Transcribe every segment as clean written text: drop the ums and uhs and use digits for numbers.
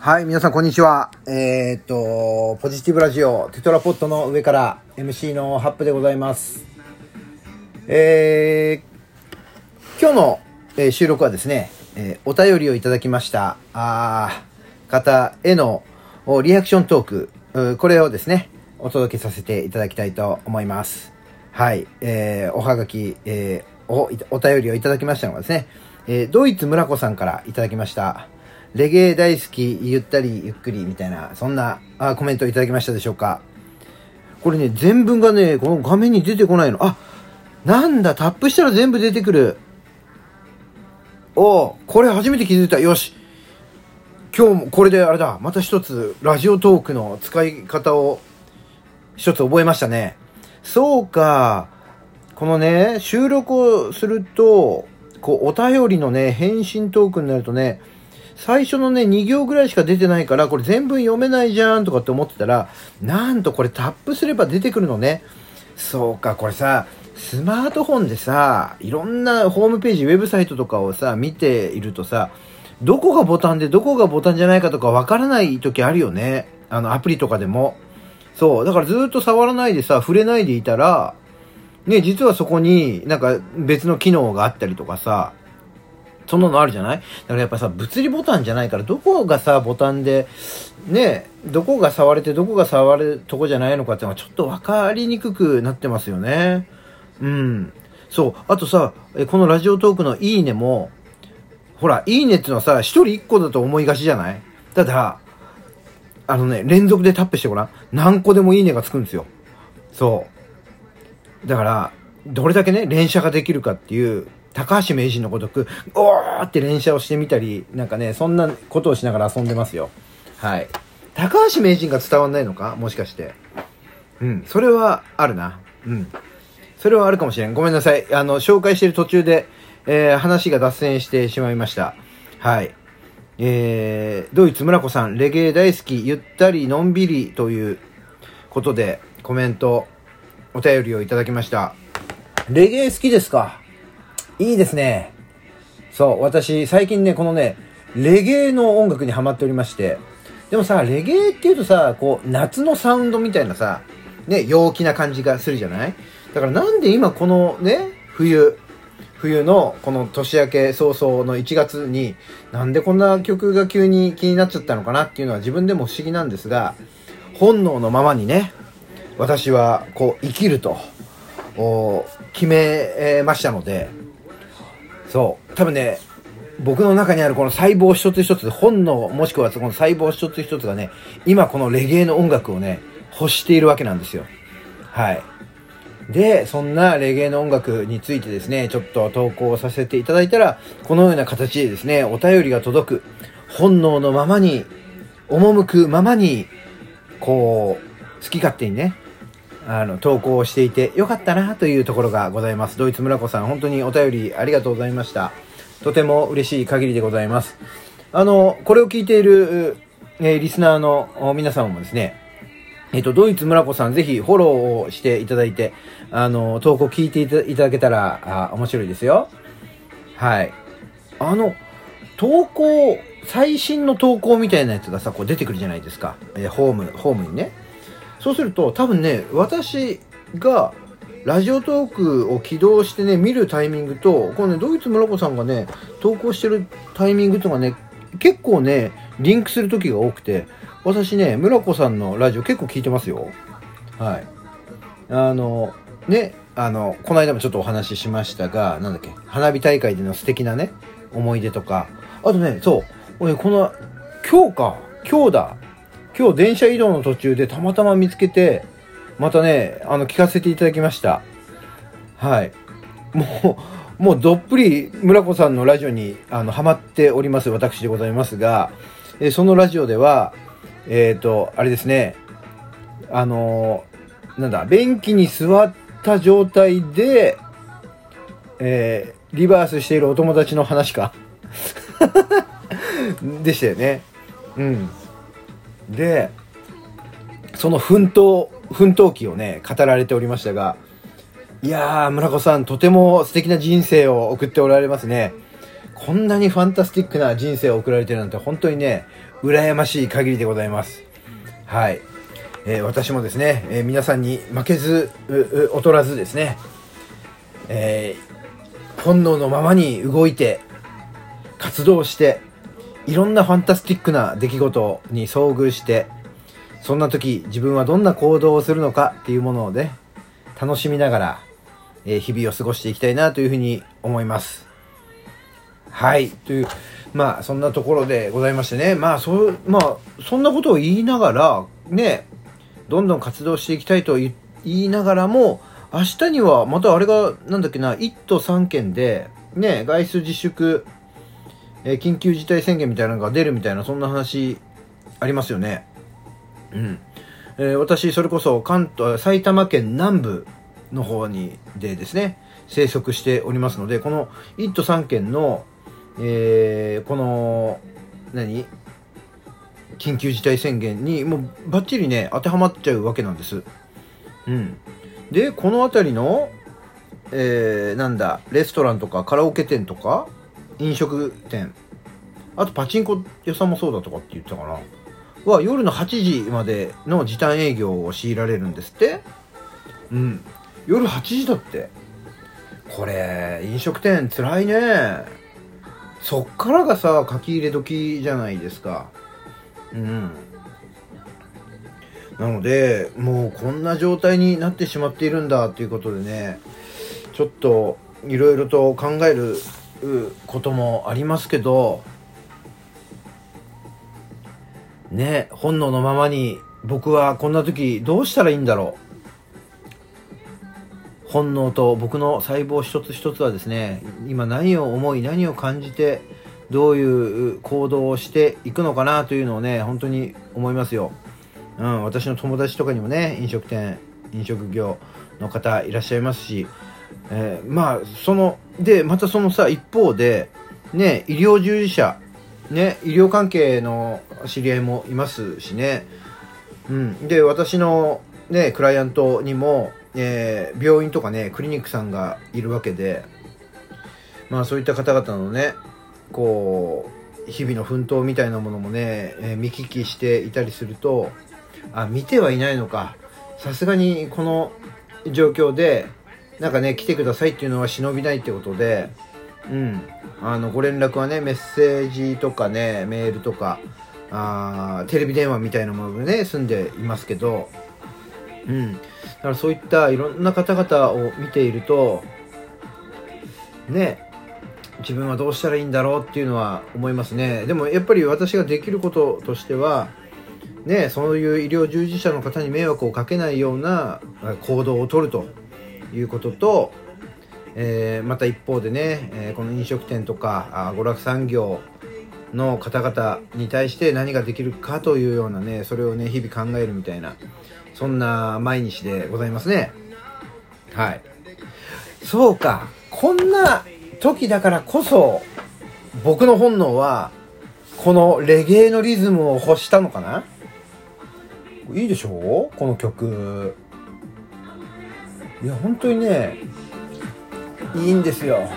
はい、皆さんこんにちは。ポジティブラジオテトラポットの上から MC のハップでございます。今日の、収録はですね、お便りをいただきました方へのリアクショントーク、これをですねお届けさせていただきたいと思います。はい、おはがき、お便りをいただきましたのがですね、ドイツ村子さんからいただきました。レゲエ大好き、ゆったりゆっくりみたいな、そんなコメントをいただきましたでしょうか。これね、全文がね、この画面に出てこないの。なんだ、タップしたら全部出てくる。これ初めて気づいた。よし。今日もこれであれだ。また一つ、ラジオトークの使い方を一つ覚えましたね。そうか。このね、収録をすると、お便りのね、返信トークになるとね、最初のね、2行ぐらいしか出てないから、これ全文読めないじゃんとかって思ってたら、なんとこれタップすれば出てくるのね。そうか、これさ、スマートフォンでさ、いろんなホームページ、ウェブサイトとかをさ、見ているとさ、どこがボタンでどこがボタンじゃないかとかわからない時あるよね。アプリとかでも。そう、だからずっと触らないでさ、触れないでいたら、ね、実はそこになんか別の機能があったりとかさ、そんなのあるじゃない？だからやっぱさ、物理ボタンじゃないから、どこがさ、ボタンで、ね、どこが触れてどこが触るとこじゃないのかっていうのはちょっと分かりにくくなってますよね。うん。そう。あとさ、このラジオトークのいいねも、ほら、いいねっていうのはさ、一人一個だと思いがちじゃない？ただ、連続でタップしてごらん。何個でもいいねがつくんですよ。そう。だから、どれだけね、連射ができるかっていう、高橋名人のごとく、おーって連射をしてみたり、なんかね、そんなことをしながら遊んでますよ。はい。高橋名人が伝わんないのか？もしかして。うん。それはあるな。うん。それはあるかもしれん。ごめんなさい。紹介している途中で、話が脱線してしまいました。はい。ドイツ村子さん、レゲエ大好き、ゆったりのんびりということで、コメント、お便りをいただきました。レゲエ好きですか？いいですね。そう、私、最近ね、このね、レゲエの音楽にハマっておりまして。でもさ、レゲエっていうとさ、夏のサウンドみたいなさ、ね、陽気な感じがするじゃない？だからなんで今このね、冬のこの年明け早々の1月に、なんでこんな曲が急に気になっちゃったのかなっていうのは自分でも不思議なんですが、本能のままにね、私は生きると決めましたので、そう多分ね、僕の中にあるこの細胞一つ一つ、本能もしくはこの細胞一つ一つがね、今このレゲエの音楽をね欲しているわけなんですよ。はい。で、そんなレゲエの音楽についてですね、ちょっと投稿させていただいたら、このような形でですね、お便りが届く。本能のままに、赴くままに、好き勝手にね、投稿をしていてよかったなというところがございます。ドイツ村子さん、本当にお便りありがとうございました。とても嬉しい限りでございます。これを聞いている、リスナーの皆様もですね、ドイツ村子さん、ぜひフォローをしていただいて、投稿聞いていただけたら、面白いですよ。はい。投稿、最新の投稿みたいなやつがさ、出てくるじゃないですか。ホームにね。そうすると、多分ね、私が、ラジオトークを起動してね、見るタイミングと、このね、ドイツ村子さんがね、投稿してるタイミングとかね、結構ね、リンクする時が多くて、私ね、村子さんのラジオ結構聞いてますよ。はい。ね、この間もちょっとお話ししましたが、なんだっけ、花火大会での素敵なね、思い出とか、あとね、そう、今日電車移動の途中でたまたま見つけて、またね、聞かせていただきました。はい。もうどっぷり村子さんのラジオにハマっております私でございますが、そのラジオでは、あれですね、便器に座った状態で、リバースしているお友達の話かでしたよね。うん。で、その奮闘記をね、語られておりましたが、いやー、村子さん、とても素敵な人生を送っておられますね。 こんなにファンタスティックな人生を送られてるなんて本当にね、羨ましい限りでございます。はい。私もですね、皆さんに負けず劣らずですね、本能のままに動いて活動して、いろんなファンタスティックな出来事に遭遇して、そんな時自分はどんな行動をするのかっていうものをね、楽しみながら、日々を過ごしていきたいなというふうに思います。はい。という、まあそんなところでございましてね、まあそんなことを言いながらね、どんどん活動していきたいと言いながらも、明日にはまたあれがなんだっけな、1都3県でね、外出自粛、緊急事態宣言みたいなのが出るみたいな、そんな話ありますよね。私それこそ埼玉県南部の方にでですね、生息しておりますので、この1都3県の、この緊急事態宣言にもうバッチリね当てはまっちゃうわけなんです。でこの辺りの、レストランとかカラオケ店とか飲食店、あとパチンコ屋さんもそうだとかって言ってたかな、は夜の8時までの時短営業を強いられるんですって。夜8時だって。これ飲食店つらいね。そっからがさ書き入れ時じゃないですか。なのでもうこんな状態になってしまっているんだっていうことでね、ちょっといろいろと考えることもありますけどね、本能のままに僕はこんな時どうしたらいいんだろう。本能と僕の細胞一つ一つはですね、今何を思い何を感じてどういう行動をしていくのかなというのをね、本当に思いますよ。私の友達とかにもね、飲食業の方いらっしゃいますし、またそのさ一方でね、医療従事者ね、医療関係の知り合いもいますしね。で私のねクライアントにも、病院とかねクリニックさんがいるわけで、まあそういった方々のねこう日々の奮闘みたいなものもね、見聞きしていたりすると、見てはいないのか、さすがにこの状況でなんかね来てくださいっていうのは忍びないってことで、ご連絡はねメッセージとかねメールとかテレビ電話みたいなものでね済んでいますけど、だからそういったいろんな方々を見ているとね、自分はどうしたらいいんだろうっていうのは思いますね。でもやっぱり私ができることとしてはね、そういう医療従事者の方に迷惑をかけないような行動をとるということと、また一方でね、この飲食店とか娯楽産業の方々に対して何ができるかというようなね、それをね日々考えるみたいな、そんな毎日でございますね。はい。そうか、こんな時だからこそ僕の本能はこのレゲエのリズムを欲したのかな。いいでしょこの曲。いや本当にねいいんですよ。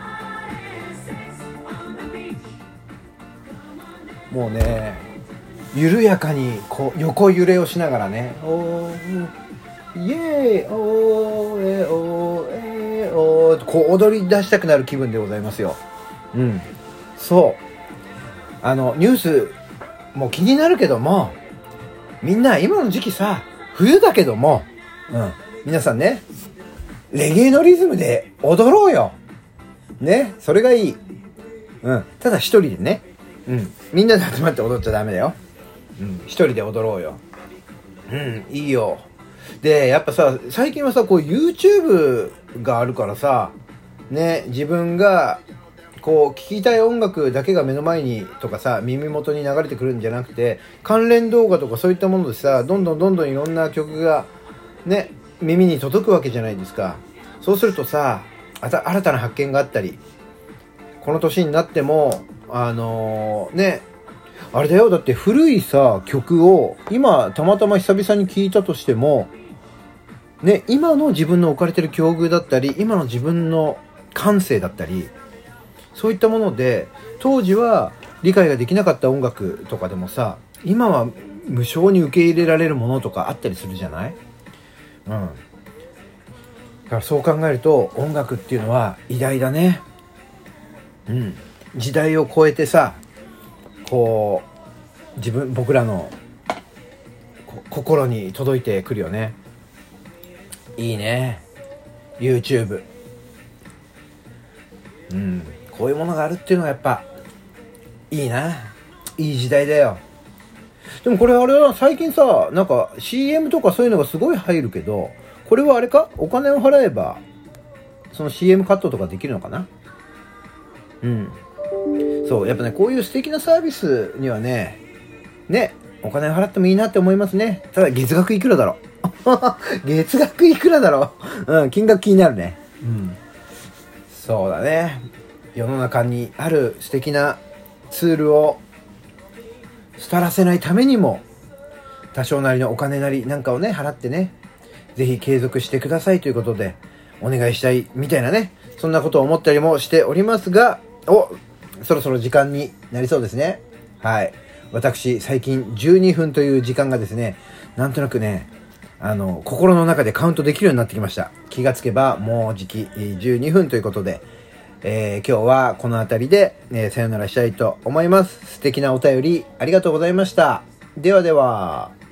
もうね緩やかにこう横揺れをしながらね、イエーイおーえおーえおーこう踊り出したくなる気分でございますよ。そうニュースも気になるけども、みんな今の時期さ冬だけども、皆さんねレゲエのリズムで踊ろうよね、それがいい。ただ一人でね、みんなで集まって踊っちゃダメだよ。一人で踊ろうよ。いいよ。でやっぱさ最近はさこう YouTube があるからさね、自分がこう聴きたい音楽だけが目の前にとかさ耳元に流れてくるんじゃなくて、関連動画とかそういったものでさどんどんいろんな曲がね耳に届くわけじゃないですか。そうするとさ新たな発見があったり、この年になってもねあれだよ、だって古いさ曲を今たまたま久々に聴いたとしてもね、今の自分の置かれてる境遇だったり今の自分の感性だったり、 そういったもので当時は理解ができなかった音楽とかでもさ、今は無償に受け入れられるものとかあったりするじゃない？だからそう考えると音楽っていうのは偉大だね。時代を超えてさ、こう僕らの心に届いてくるよね。いいね YouTube。こういうものがあるっていうのはやっぱいいな。いい時代だよ。でもこれあれは最近さ、なんか CM とかそういうのがすごい入るけど、これはあれか、お金を払えばその CM カットとかできるのかな。そうやっぱね、こういう素敵なサービスにはねお金を払ってもいいなって思いますね。ただ月額いくらだろう月額いくらだろう。金額気になるね。そうだね。世の中にある素敵なツールを廃らせないためにも、多少なりのお金なりなんかをね払ってね、ぜひ継続してくださいということでお願いしたいみたいなね、そんなことを思ったりもしておりますが、そろそろ時間になりそうですね。はい。私最近12分という時間がですね、なんとなくね心の中でカウントできるようになってきました。気がつけばもうじき12分ということで、今日はこの辺りで、さよならしたいと思います。素敵なお便りありがとうございました。ではでは。